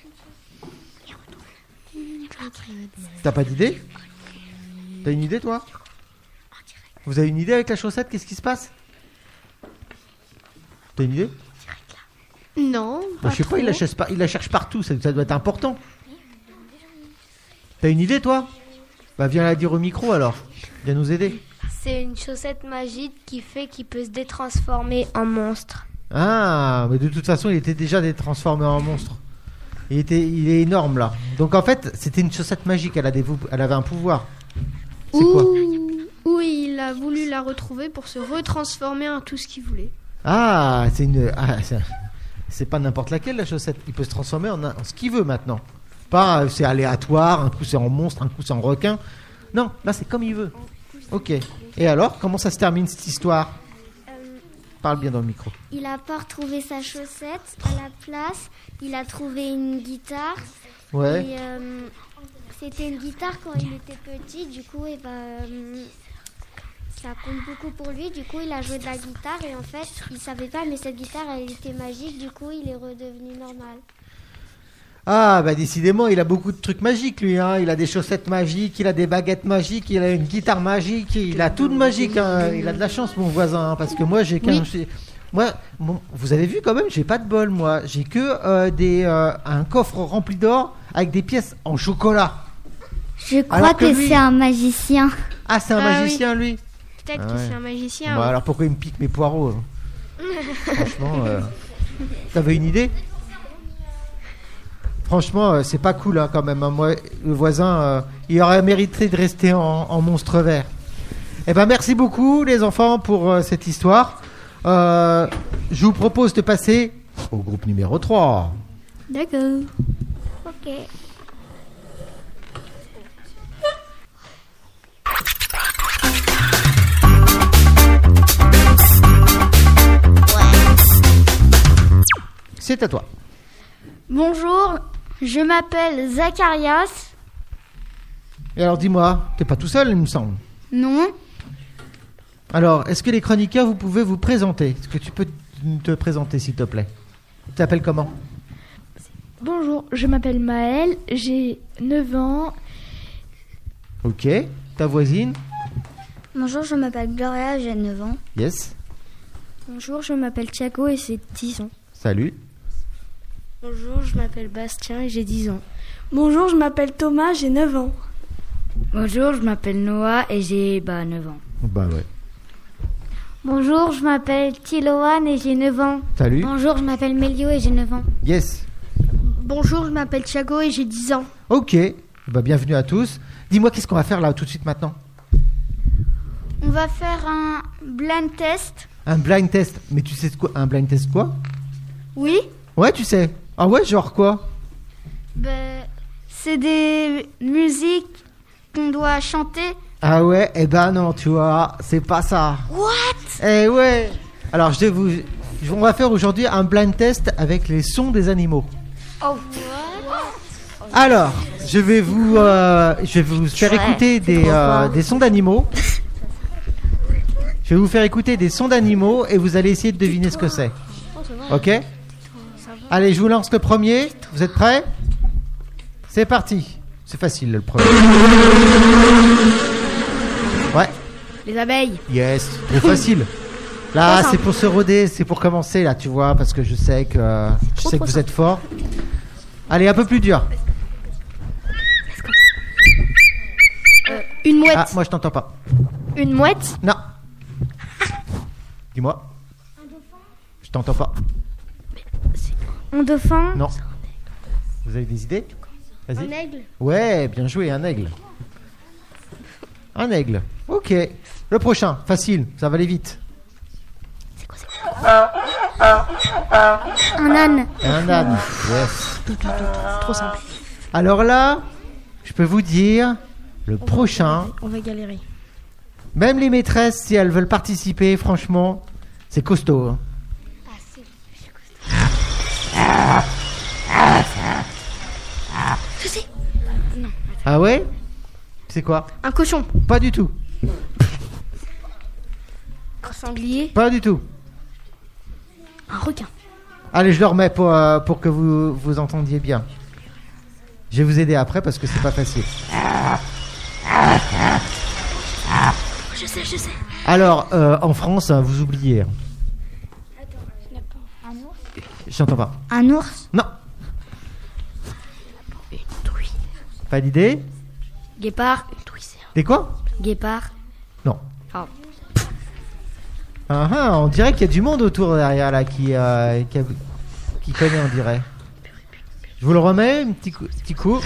T'as pas d'idée? T'as une idée, toi? Vous avez une idée avec la chaussette? Qu'est-ce qui se passe? T'as une idée? Non, Je sais pas, il la cherche partout, ça doit être important. T'as une idée, toi? Bah viens la dire au micro alors. Viens nous aider. C'est une chaussette magique qui fait qu'il peut se détransformer en monstre. Ah, mais de toute façon, il était déjà transformé en monstre. Il est énorme là. Donc en fait, c'était une chaussette magique, elle avait un pouvoir. C'est quoi? Ou il a voulu la retrouver pour se retransformer en tout ce qu'il voulait. Ah, c'est pas n'importe laquelle la chaussette. Il peut se transformer en ce qu'il veut maintenant. Pas c'est aléatoire, un coup c'est en monstre, un coup c'est en requin. Non, là c'est comme il veut. Ok. Et alors, comment ça se termine cette histoire? Parle bien dans le micro. Il a pas retrouvé sa chaussette. À la place, il a trouvé une guitare. Ouais. Et c'était une guitare quand il était petit. Du coup, ça compte beaucoup pour lui. Du coup, il a joué de la guitare. Et en fait, il savait pas, mais cette guitare, elle était magique. Du coup, il est redevenu normal. Ah, bah décidément, il a beaucoup de trucs magiques, lui. Hein. Il a des chaussettes magiques, il a des baguettes magiques, il a une guitare magique, il a tout de magique. Hein. Il a de la chance, mon voisin, hein, parce que moi, j'ai qu'un... Oui. Moi, vous avez vu quand même, j'ai pas de bol, moi. J'ai que un coffre rempli d'or avec des pièces en chocolat. Je crois que lui... c'est un magicien. Ah, c'est un magicien, oui. lui? Peut-être que c'est un magicien. Bah, alors pourquoi il me pique mes poireaux? Franchement, t'avais une idée? Franchement, c'est pas cool hein, quand même. Hein. Moi, le voisin, il aurait mérité de rester en monstre vert. Eh ben, merci beaucoup, les enfants, pour cette histoire. Je vous propose de passer au groupe numéro 3. D'accord. Ok. C'est à toi. Bonjour, je m'appelle Zacharias. Et alors dis-moi, t'es pas tout seul, il me semble. Non. Alors, est-ce que les chroniqueurs, vous pouvez vous présenter? Est-ce que tu peux te présenter, s'il te plaît? Tu t'appelles comment? Bonjour, je m'appelle Maëlle, j'ai 9 ans. Ok, ta voisine? Bonjour, je m'appelle Gloria, j'ai 9 ans. Yes. Bonjour, je m'appelle Thiago et j'ai 10 ans. Salut. Bonjour, je m'appelle Bastien et j'ai 10 ans. Bonjour, je m'appelle Thomas, j'ai 9 ans. Bonjour, je m'appelle Noah et j'ai 9 ans. Bah ouais. Bonjour, je m'appelle Tiloane et j'ai 9 ans. Salut. Bonjour, je m'appelle Melio et j'ai 9 ans. Yes. Bonjour, je m'appelle Thiago et j'ai 10 ans. Ok, bah, bienvenue à tous. Dis-moi, qu'est-ce qu'on va faire là tout de suite maintenant? On va faire un blind test. Un blind test? Mais tu sais quoi? Un blind test quoi? Oui. Ouais, tu sais. Ah ouais, genre quoi? C'est des musiques qu'on doit chanter. Ah ouais, eh ben non, tu vois, c'est pas ça. What? Eh ouais. Alors, on va faire aujourd'hui un blind test avec les sons des animaux. Oh, what? Alors, je vais vous faire écouter des sons d'animaux. Je vais vous faire écouter des sons d'animaux et vous allez essayer de deviner ce que c'est. Ok? Allez, je vous lance le premier. Vous êtes prêts? C'est parti. C'est facile le premier. Ouais. Les abeilles. Yes, trop facile. Là, c'est pour se roder, c'est pour commencer là, tu vois, parce que je sais que vous êtes fort. Allez, un peu plus dur. Une mouette. Ah, moi je t'entends pas. Une mouette. Non. Dis-moi. Je t'entends pas. Un dauphin. Non. Vous avez des idées? Vas-y. Un aigle. Ouais, bien joué, un aigle. Un aigle. Ok. Le prochain, facile, ça va aller vite. Un âne. Un âne. Yes. Trop simple. Alors là, je peux vous dire, le prochain, On va galérer. même les maîtresses, si elles veulent participer, franchement, c'est costaud. Hein. Je sais. Ah ouais? C'est quoi? Un cochon. Pas du tout. Un sanglier. Pas du tout. Un requin. Allez, je le remets pour que vous entendiez bien. Je vais vous aider après parce que c'est pas facile. Je sais. Alors, en France, vous oubliez. J'entends pas. Un ours. Non. Pas d'idée? Guépard. Des quoi? Guépard. Non. Oh. On dirait qu'il y a du monde autour derrière là qui connaît, on dirait. Je vous le remets, un petit coup.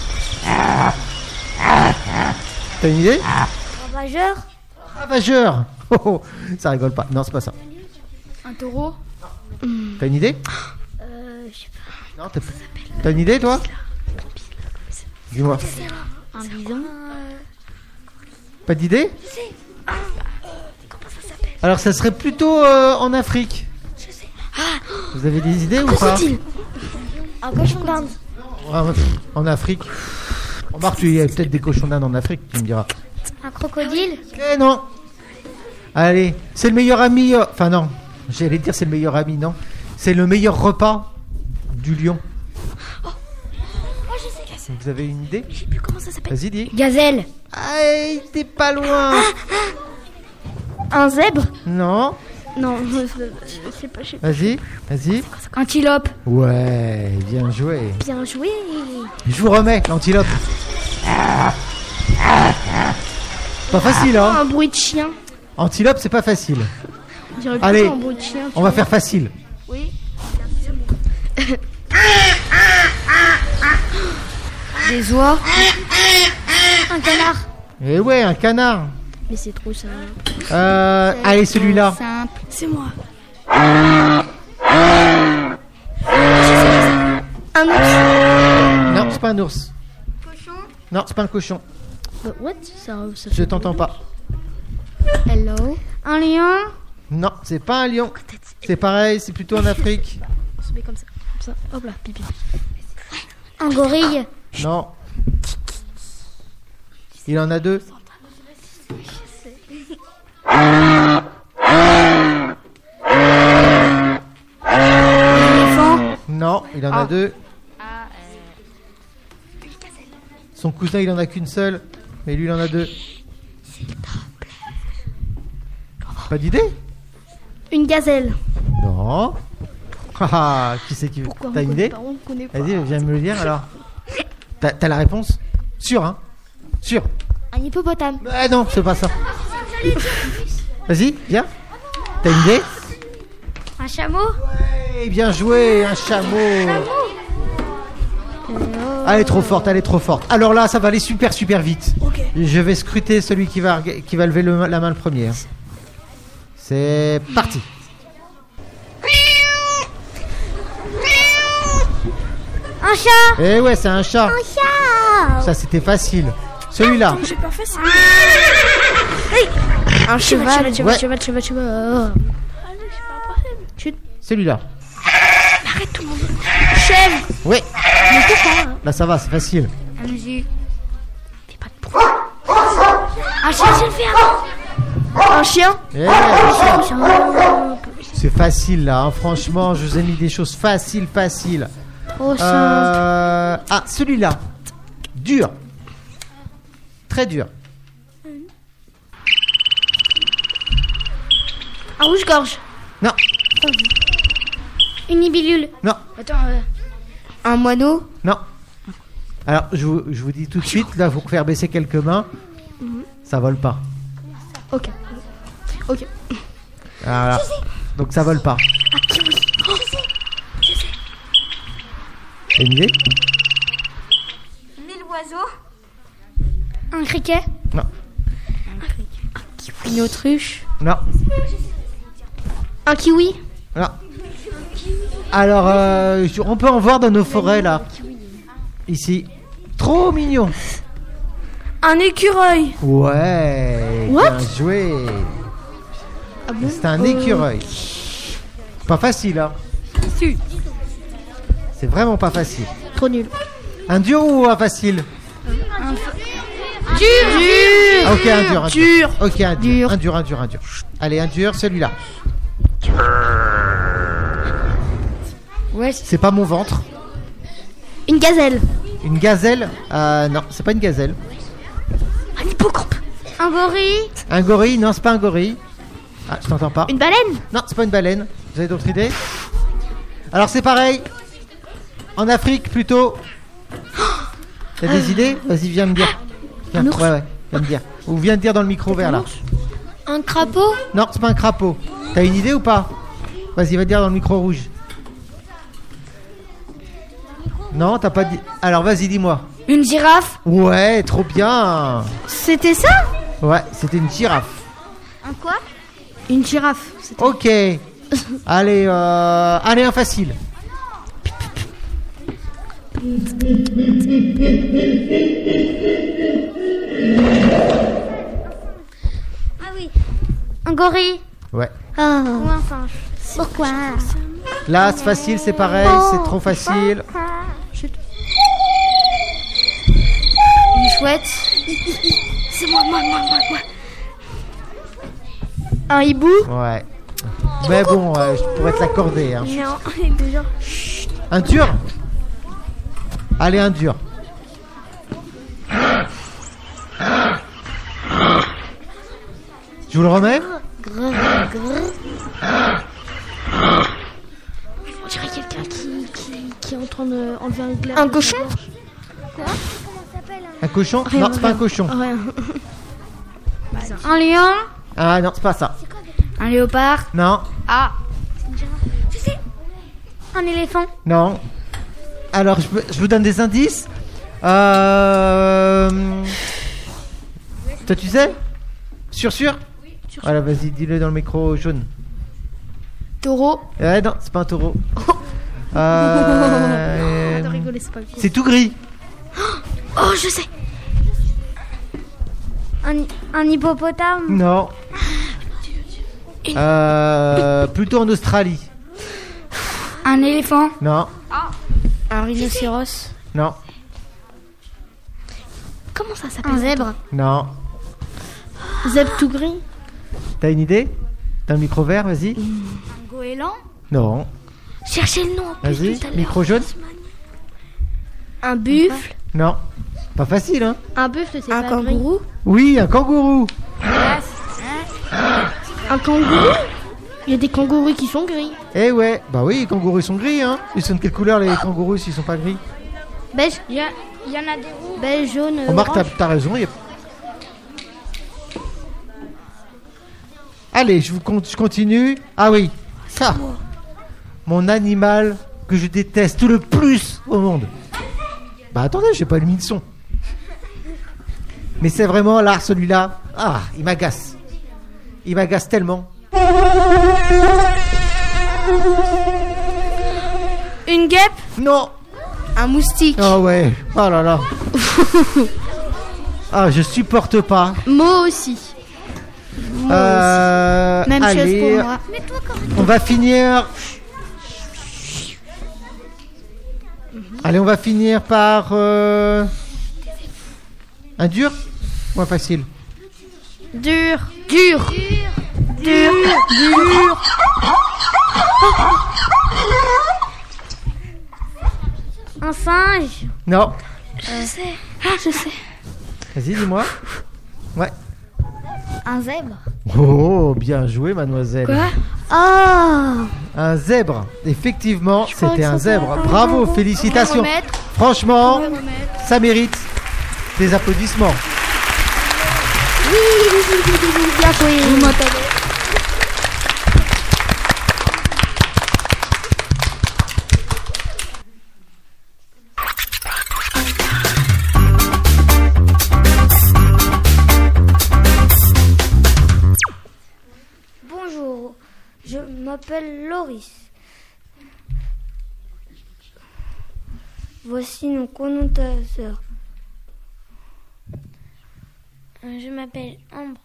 T'as une idée? Ravageur. Ravageur. Oh, oh, ça rigole pas. Non, c'est pas ça. Un taureau. T'as une idée? Je sais pas. Non, t'as une idée toi? Dis-moi. Un bison. Pas d'idée? Alors ça serait plutôt en Afrique. Vous avez des idées ou pas? Un cochon d'Inde. En Afrique. Remarque, il y a peut-être des cochons d'Inde en Afrique, tu me diras. Un crocodile. Eh non. Allez, c'est le meilleur ami. Enfin non, j'allais dire c'est le meilleur ami, non. C'est le meilleur repas du lion. Vous avez une idée? Je sais plus comment ça s'appelle. Vas-y, dis. Gazelle. Aïe, t'es pas loin. Un zèbre. Non. Non, je sais pas. Vas-y. Antilope. Ouais, bien joué. Bien joué. Je vous remets l'antilope. Pas facile, hein? Un bruit de chien. Antilope, c'est pas facile. Dirais Allez, plutôt un bruit de chien. On va faire facile. Oui. Des oies. Un canard. Eh ouais, un canard. Mais c'est trop simple. Allez, celui-là. Simple. C'est moi. Un ours. Non, c'est pas un ours. Cochon. Non, c'est pas un cochon. What? Ça Je t'entends pas. Hello. Un lion. Non, c'est pas un lion. C'est pareil, c'est plutôt en Afrique. On se met comme ça. Hop là, pipi. Un gorille. Non. Il en a deux. Non, il en a deux. Son cousin, il en a qu'une seule. Mais lui, il en a deux. Pas d'idée? Une gazelle. Non. Qui c'est qui veut? T'as une idée? On connaît pas. Vas-y, viens me le dire alors. T'as la réponse? Sûr, hein? Sûr. Un hippopotame. Non, c'est pas ça. Vas-y, viens. T'as une idée? Un chameau. Ouais, bien joué, un chameau. Elle est trop forte, elle est trop forte. Alors là, ça va aller super vite. Ok. Je vais scruter celui qui va lever la main le premier. C'est parti. Un chat. Eh ouais, c'est un chat. Un chat. Ça, c'était facile. Celui-là. J'ai pas fait ça. Hey, un cheval. Cheval. Celui-là. Arrête tout le monde. Chèvre. Ouais. Mais pourquoi? Là, ça va, c'est facile. Un musu. Fais pas de bruit. Un chien, j'ai le fait avant. Un chien. Eh, c'est facile là, hein. Franchement, je vous ai mis des choses faciles. Trop simple. Ah, celui-là. Dur. Très dur. Un rouge-gorge. Non. Une libellule. Non. Attends, Un moineau. Non. Alors, je vous dis tout de suite, là, pour faire baisser quelques mains, ça vole pas. Ok. Voilà. Donc ça vole pas. T'as une idée? 1000 oiseaux. Un criquet. Non. Une autruche. Non. Un kiwi. Non. Alors, on peut en voir dans nos forêts là. Ici. Trop mignon. Un écureuil. Ouais. What? Bien joué. Ah bon? C'est un écureuil. Pas facile, hein. Si. C'est vraiment pas facile. Trop nul. Un dur ou un facile? Dur. Ah, ok, un dur. Dur. Ok, un dur. Un dur. Allez, un dur, celui-là. Ouais. C'est pas mon ventre. Une gazelle. Une gazelle? Non, c'est pas une gazelle. Un hippocampe. Un gorille. Un gorille? Non, c'est pas un gorille. Ah, je t'entends pas. Une baleine. Non, c'est pas une baleine. Vous avez d'autres idées? Alors c'est pareil. En Afrique plutôt. T'as des idées? Vas-y, viens me dire. Viens. Un ours. Ouais, viens me dire. Ou viens te dire dans le micro vert là. Un crapaud. Non, c'est pas un crapaud. T'as une idée ou pas? Vas-y, va te dire dans le micro rouge. Non, t'as pas dit. Alors vas-y, dis-moi. Une girafe. Ouais, trop bien. C'était ça? Ouais, c'était une girafe. Un quoi? Une girafe. Ok. Allez, un facile. Ah oui. Un gorille. Ouais. Ou un singe. Pourquoi? Là, c'est facile, c'est pareil, c'est trop facile. Une chouette. C'est moi. Un hibou. Ouais. Mais bon, je pourrais te l'accorder. Hein. Non, déjà. Un dur? Allez, un dur. Je vous le remets? On dirait quelqu'un qui est en train d'enlever un glace. Un cochon. Un cochon? Rien, Non, c'est pas un rien. cochon. Rien. Un lion. Ah non, c'est pas ça. Un léopard. Non, Ah. Je sais. Un éléphant. non. Alors, je vous donne des indices. Toi, tu sais? Sûr? Voilà, vas-y, dis-le dans le micro jaune. Taureau. Ouais, non, c'est pas un taureau. De rigoler, c'est pas grave. C'est tout gris. Oh, je sais. Un hippopotame. Non. Plutôt en Australie. Un éléphant. Non, Un rhinocéros. non, Comment ça s'appelle? Un zèbre. non. Zèbre tout gris. T'as une idée? Dans le micro vert, vas-y. Un goéland. Non. Cherchez le nom. en plus, Vas-y, tout à l'heure. micro jaune. Un buffle. Non. Pas facile, hein? Un buffle, c'est un kangourou. Oui, un kangourou. Un kangourou. Il y a des kangourous qui sont gris. Eh ouais, bah oui, les kangourous sont gris, hein. Ils sont de quelle couleur les kangourous s'ils sont pas gris? Beige. Il y en a des roux. Beige, jaune, Remarque, orange. t'as raison. Allez, je continue. Ah oui, ça. Mon animal que je déteste le plus au monde. Bah attendez, j'ai pas mis de son. Mais c'est vraiment là, celui-là. Ah, il m'agace. Il m'agace tellement. Une guêpe. Non. Un moustique. Ah ouais. Oh là là. Ah, je supporte pas. Moi aussi. Même allez, chose pour moi. on va finir. Allez, on va finir par un dur ou un facile? Dur. Un singe. Non. Je sais. Vas-y, dis-moi. Ouais. Un zèbre. Oh, bien joué, mademoiselle. Quoi? Oh. Un zèbre. Effectivement, c'était un zèbre. pas Bravo, félicitations. Franchement, ça mérite des applaudissements. Bien joué. Vous m'entendez? m'appelle Loris. Voici nos connotateurs. Je m'appelle Ambre.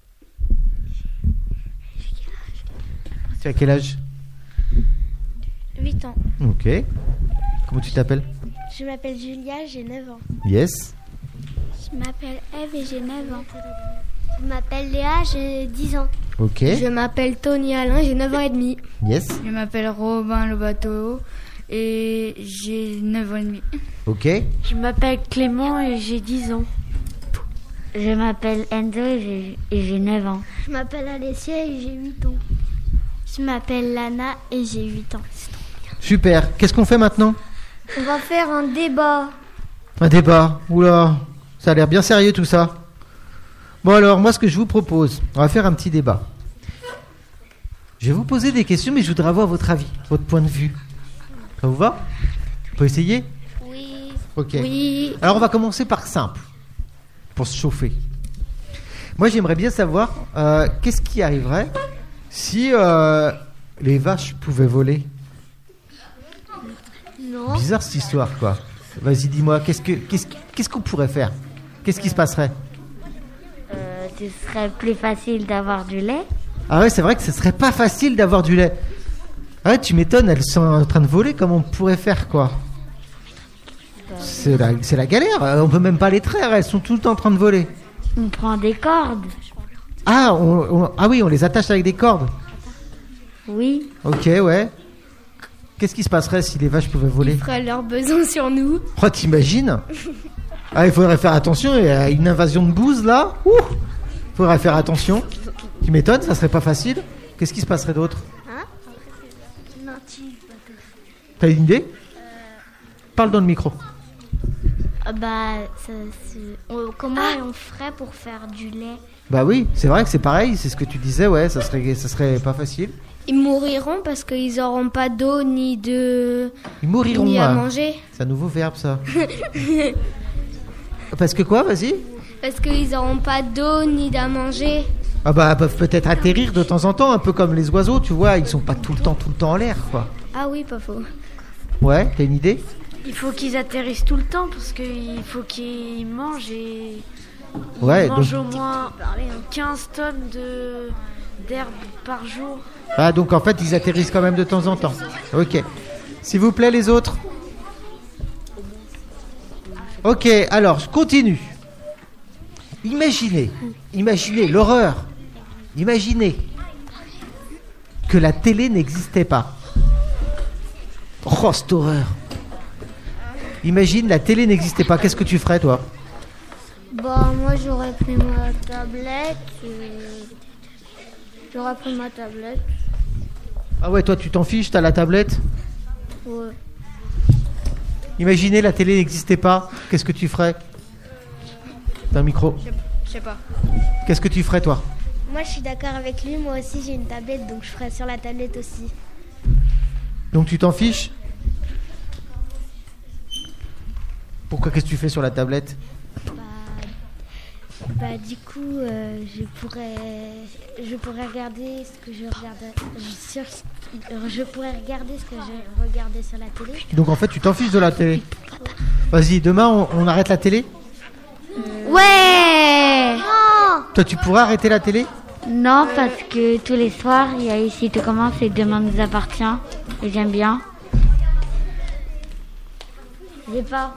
Tu as quel âge? 8 ans. Ok. Comment tu t'appelles? Je m'appelle Julia, j'ai 9 ans. Yes. Je m'appelle Eve et j'ai 9 ans. Je m'appelle Léa, j'ai 10 ans. Ok. Je m'appelle Tony Alain, j'ai 9 ans et demi. Yes. Je m'appelle Robin Lobato et j'ai 9 ans et demi. Ok. Je m'appelle Clément et j'ai 10 ans. Je m'appelle Enzo et j'ai 9 ans. Je m'appelle Alessia et j'ai 8 ans. Je m'appelle Lana et j'ai 8 ans. Super. Qu'est-ce qu'on fait maintenant? On va faire un débat. Un débat. Oula, ça a l'air bien sérieux tout ça. Bon alors, moi ce que je vous propose, on va faire un petit débat. Je vais vous poser des questions, mais je voudrais avoir votre avis, votre point de vue. Ça vous va? On peut essayer? Oui. Ok. Oui. Alors on va commencer par simple, pour se chauffer. Moi j'aimerais bien savoir qu'est-ce qui arriverait si les vaches pouvaient voler. Non. Bizarre cette histoire quoi. Vas-y dis-moi, qu'est-ce qu'on pourrait faire? Qu'est-ce qui se passerait? Ce serait plus facile d'avoir du lait. Ah ouais, c'est vrai que ce serait pas facile d'avoir du lait. Ah ouais, tu m'étonnes, elles sont en train de voler, comment on pourrait faire quoi? C'est la galère, on peut même pas les traire, elles sont tout le temps en train de voler. On prend des cordes. Ah, ah oui, on les attache avec des cordes. Oui. Ok, ouais. Qu'est-ce qui se passerait si les vaches pouvaient voler? Ils feraient leurs besoins sur nous. Oh, t'imagines? Ah, il faudrait faire attention, il y a une invasion de bouse là. Ouh, faudrait faire attention. Tu m'étonnes, ça serait pas facile. Qu'est-ce qui se passerait d'autre? T'as une idée? Parle dans le micro. Comment on ferait pour faire du lait? Bah oui, c'est vrai que c'est pareil, c'est ce que tu disais, ouais, ça serait pas facile. Ils mouriront parce qu'ils n'auront pas d'eau ni de... Ils mouriront, ni à manger. C'est un nouveau verbe ça. Parce que quoi, vas-y? Parce qu'ils n'auront pas d'eau ni d'à manger. Ah bah, elles peuvent peut-être atterrir de temps en temps, un peu comme les oiseaux, tu vois, ils sont pas tout le temps en l'air, quoi. Ah oui, pas faux. Ouais, t'as une idée? Il faut qu'ils atterrissent tout le temps parce qu'il faut qu'ils mangent et ouais, ils mangent donc... au moins 15 tonnes d'herbe par jour. Ah, donc en fait, ils atterrissent quand même de temps en temps. Ok. S'il vous plaît, les autres. Ok, alors, je continue. Imaginez l'horreur. Imaginez que la télé n'existait pas. Oh, cette horreur. Imagine, la télé n'existait pas. Qu'est-ce que tu ferais, toi? Bah, moi, j'aurais pris ma tablette. Ah ouais, toi, tu t'en fiches, t'as la tablette? Ouais. Imaginez, la télé n'existait pas. Qu'est-ce que tu ferais? T'as un micro? Je sais pas. Qu'est-ce que tu ferais, toi? Moi, je suis d'accord avec lui. Moi aussi, j'ai une tablette, donc je ferai sur la tablette aussi. Donc tu t'en fiches? Pourquoi? Qu'est-ce que tu fais sur la tablette? Du coup, je pourrais regarder ce que je regardais. Je pourrais regarder ce que je regardais sur la télé. Donc en fait, tu t'en fiches de la télé. Vas-y, demain, on arrête la télé? Ouais! Toi, tu pourrais arrêter la télé? Non, parce que tous les soirs, il y a Ici tout commence et Demain nous appartient. Et j'aime bien. J'ai pas.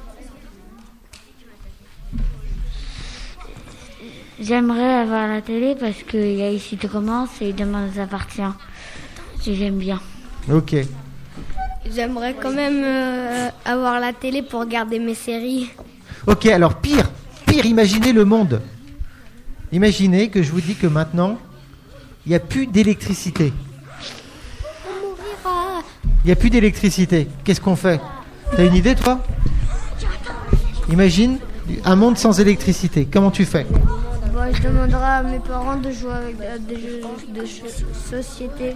J'aimerais avoir la télé parce qu'il y a Ici tout commence et Demain nous appartient. Et j'aime bien. Ok. J'aimerais quand même avoir la télé pour regarder mes séries. Ok, alors pire, imaginez le monde. Imaginez que je vous dis que maintenant, il n'y a plus d'électricité. On mourira. Il n'y a plus d'électricité. Qu'est-ce qu'on fait? T'as une idée, toi? Imagine un monde sans électricité. Comment tu fais? Bon, je demanderai à mes parents de jouer avec des jeux de société.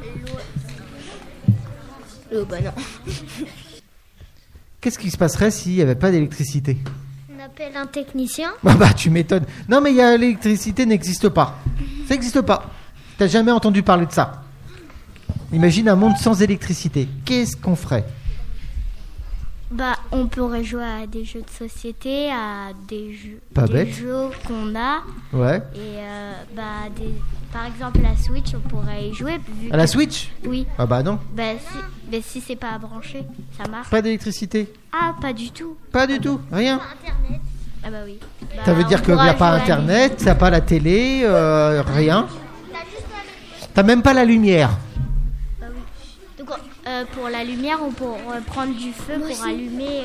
Bah non. Qu'est-ce qui se passerait s'il n'y avait pas d'électricité? On appelle un technicien. Bah tu m'étonnes. Non mais l'électricité n'existe pas. Ça n'existe pas. T'as jamais entendu parler de ça? Imagine un monde sans électricité. Qu'est-ce qu'on ferait? Bah, on pourrait jouer à des jeux de société, à des jeux, Pas bête. jeux qu'on a. Ouais. Et par exemple, la Switch, on pourrait y jouer. À la Switch? Oui. Ah bah non. Bah si c'est pas branché, ça marche. Pas d'électricité? Ah, pas du tout. Pas du tout. Rien. Ah bah oui. Bah, Ça veut dire on qu'il n'y a pourra pas jouer à Internet, t'as pas la télé, rien. T'as même pas la lumière. Bah oui. Donc, pour la lumière, on pourrait prendre du feu pour allumer,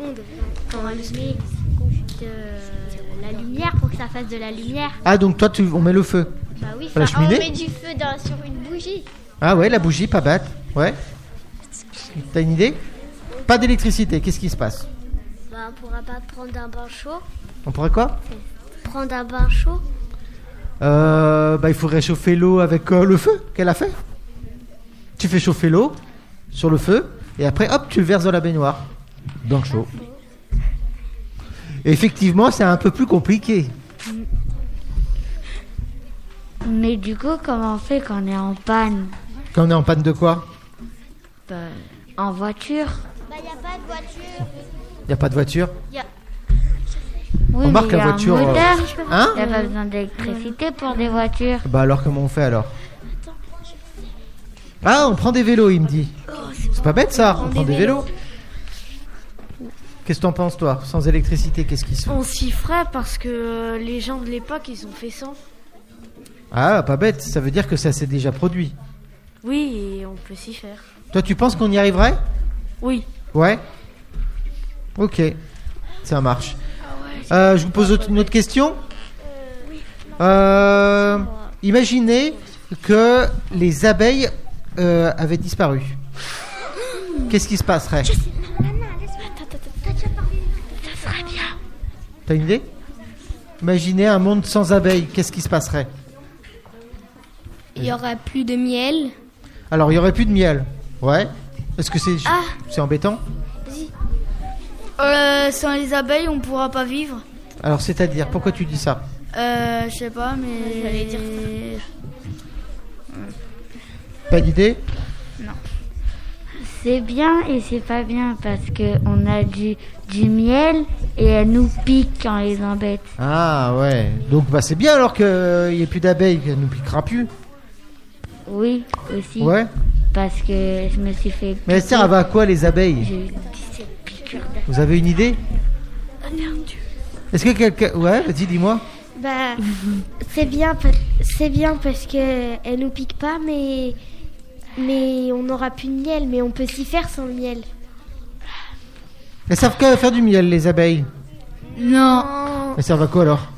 la lumière, pour que ça fasse de la lumière. Ah donc toi on met le feu. Bah oui, À la cheminée? on met du feu sur une bougie. Ah ouais, la bougie, pas bête. Ouais. T'as une idée? Pas d'électricité, qu'est-ce qui se passe? Bah, on pourra pas prendre un bain chaud. On pourrait quoi? Prendre un bain chaud. Il faut réchauffer l'eau avec le feu qu'elle a fait. Tu fais chauffer l'eau sur le feu et après hop tu le verses dans la baignoire. Dans le chaud. Et effectivement c'est un peu plus compliqué. Mais du coup, comment on fait quand on est en panne? Quand on est en panne de quoi? En voiture? Bah, y a pas de voiture. Il n'y a pas de voiture? Oui, Remarque, mais la il y a voiture, un moteur. hein? Il n'y a pas besoin d'électricité pour des voitures. Bah alors comment on fait alors? Ah on prend des vélos il me dit. C'est pas bête ça, on prend des vélos. Qu'est-ce que t'en penses toi? Sans électricité qu'est-ce qui se fait? On s'y ferait parce que les gens de l'époque, ils ont fait sans. Ah pas bête, ça veut dire que ça s'est déjà produit. Oui, et on peut s'y faire. Toi tu penses qu'on y arriverait? Oui. Ouais. Ok, ça marche. Je vous pose une autre question. Imaginez que les abeilles avaient disparu. Qu'est-ce qui se passerait? T'as une idée? Imaginez un monde sans abeilles. Qu'est-ce qui se passerait? Il y aura plus de miel. Alors, il n'y aurait plus de miel. Ouais. Est-ce que c'est embêtant? Sans les abeilles, on pourra pas vivre. Alors, c'est-à-dire, pourquoi tu dis ça? Je sais pas, mais... J'allais dire Pas d'idée? C'est bien et c'est pas bien parce qu'on a du miel et elle nous pique quand elle les embête. Ah ouais. Donc c'est bien alors qu'il n'y ait plus d'abeilles, qu'elle nous piquera plus. Oui, aussi. Ouais. Parce que je me suis fait piquer. Mais elles servent à quoi les abeilles? J'ai eu 17 piqûres d'abeilles. Vous avez une idée? Est-ce que quelqu'un... Ouais, vas-y, dis-moi. Bah, c'est bien parce que elle nous pique pas, mais on n'aura plus de miel, mais on peut s'y faire sans le miel. Elles servent qu'à faire du miel, les abeilles. Non. Elles servent à quoi alors?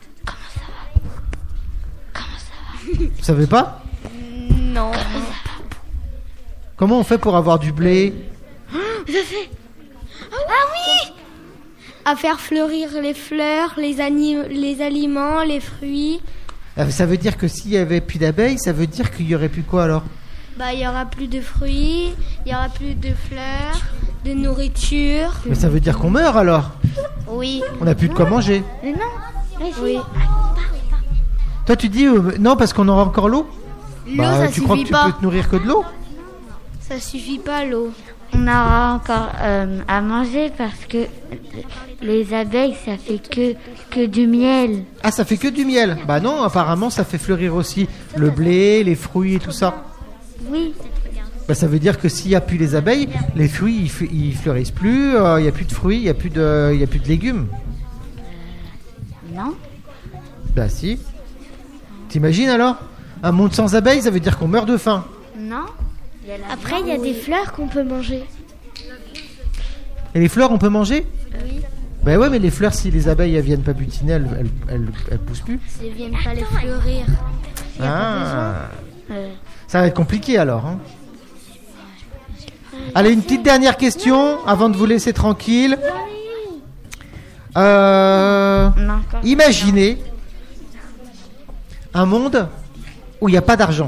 Comment ça va? Vous savez pas? Non. Comment on fait pour avoir du blé? À faire fleurir les fleurs, les aliments, les fruits. Ça veut dire que s'il y avait plus d'abeilles, ça veut dire qu'il y aurait plus quoi alors? Bah, il y aura plus de fruits, il y aura plus de fleurs, de nourriture. Mais ça veut dire qu'on meurt alors? Oui. On n'a plus de quoi manger. Mais non. Oui. Toi tu dis non parce qu'on aura encore l'eau? L'eau, ça tu crois que suffit tu pas. peux te nourrir que de l'eau? Ça suffit pas, l'eau. On aura encore à manger parce que les abeilles, ça fait que du miel. Ah, ça fait que du miel? Bah non, apparemment ça fait fleurir aussi le blé, les fruits et tout ça. Oui. Bah ça veut dire que s'il n'y a plus les abeilles, les fruits ils fleurissent plus, il n'y a plus de fruits, il n'y a plus de légumes. Non. Bah si. T'imagines alors? Un monde sans abeilles, ça veut dire qu'on meurt de faim. Non. Après, il y a des fleurs qu'on peut manger. Et les fleurs, on peut manger? Oui. Bah ouais, mais les fleurs, si les abeilles elles viennent pas butiner, elles poussent plus. Elles viennent pas les fleurir. Ah. Ça va être compliqué alors. Hein. Allez, une petite dernière question avant de vous laisser tranquille. Imaginez un monde où il n'y a pas d'argent.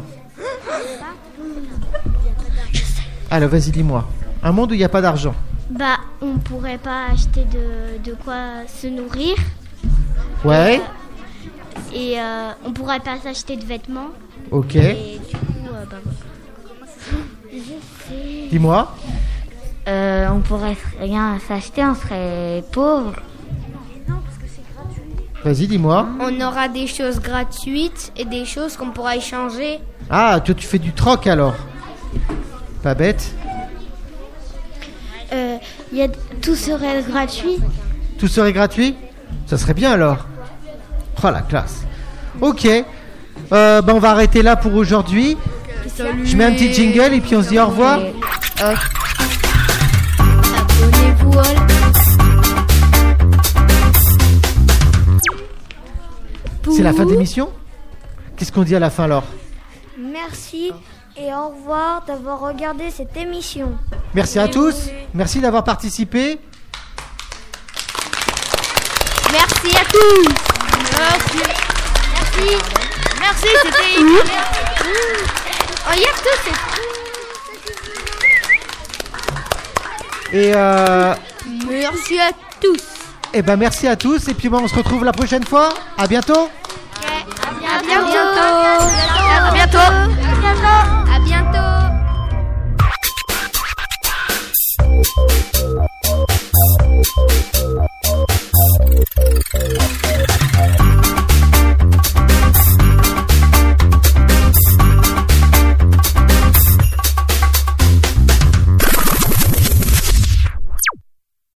Alors, vas-y, dis-moi. Un monde où il n'y a pas d'argent. Bah, on pourrait pas acheter de quoi se nourrir. Ouais. Et on pourrait pas s'acheter de vêtements. Ok. Et du coup, bah, voilà. Dis-moi. On pourrait rien s'acheter, on serait pauvre. Vas-y, dis-moi. On aura des choses gratuites et des choses qu'on pourra échanger. Ah, toi, tu fais du troc alors. Pas bête. Tout serait gratuit. Tout serait gratuit? Ça serait bien alors. Oh la classe. Ok. On va arrêter là pour aujourd'hui. Salut. Je mets un petit jingle et puis on se dit au revoir. Abonnez-vous. C'est la fin de l'émission? Qu'est-ce qu'on dit à la fin alors? Merci et au revoir d'avoir regardé cette émission. Merci à tous. Merci d'avoir participé. Merci à tous. Merci, c'était hyper. Oh, hier, tout, c'est... Et Merci à tous. eh ben merci à tous et puis on se retrouve la prochaine fois. À bientôt. À bientôt.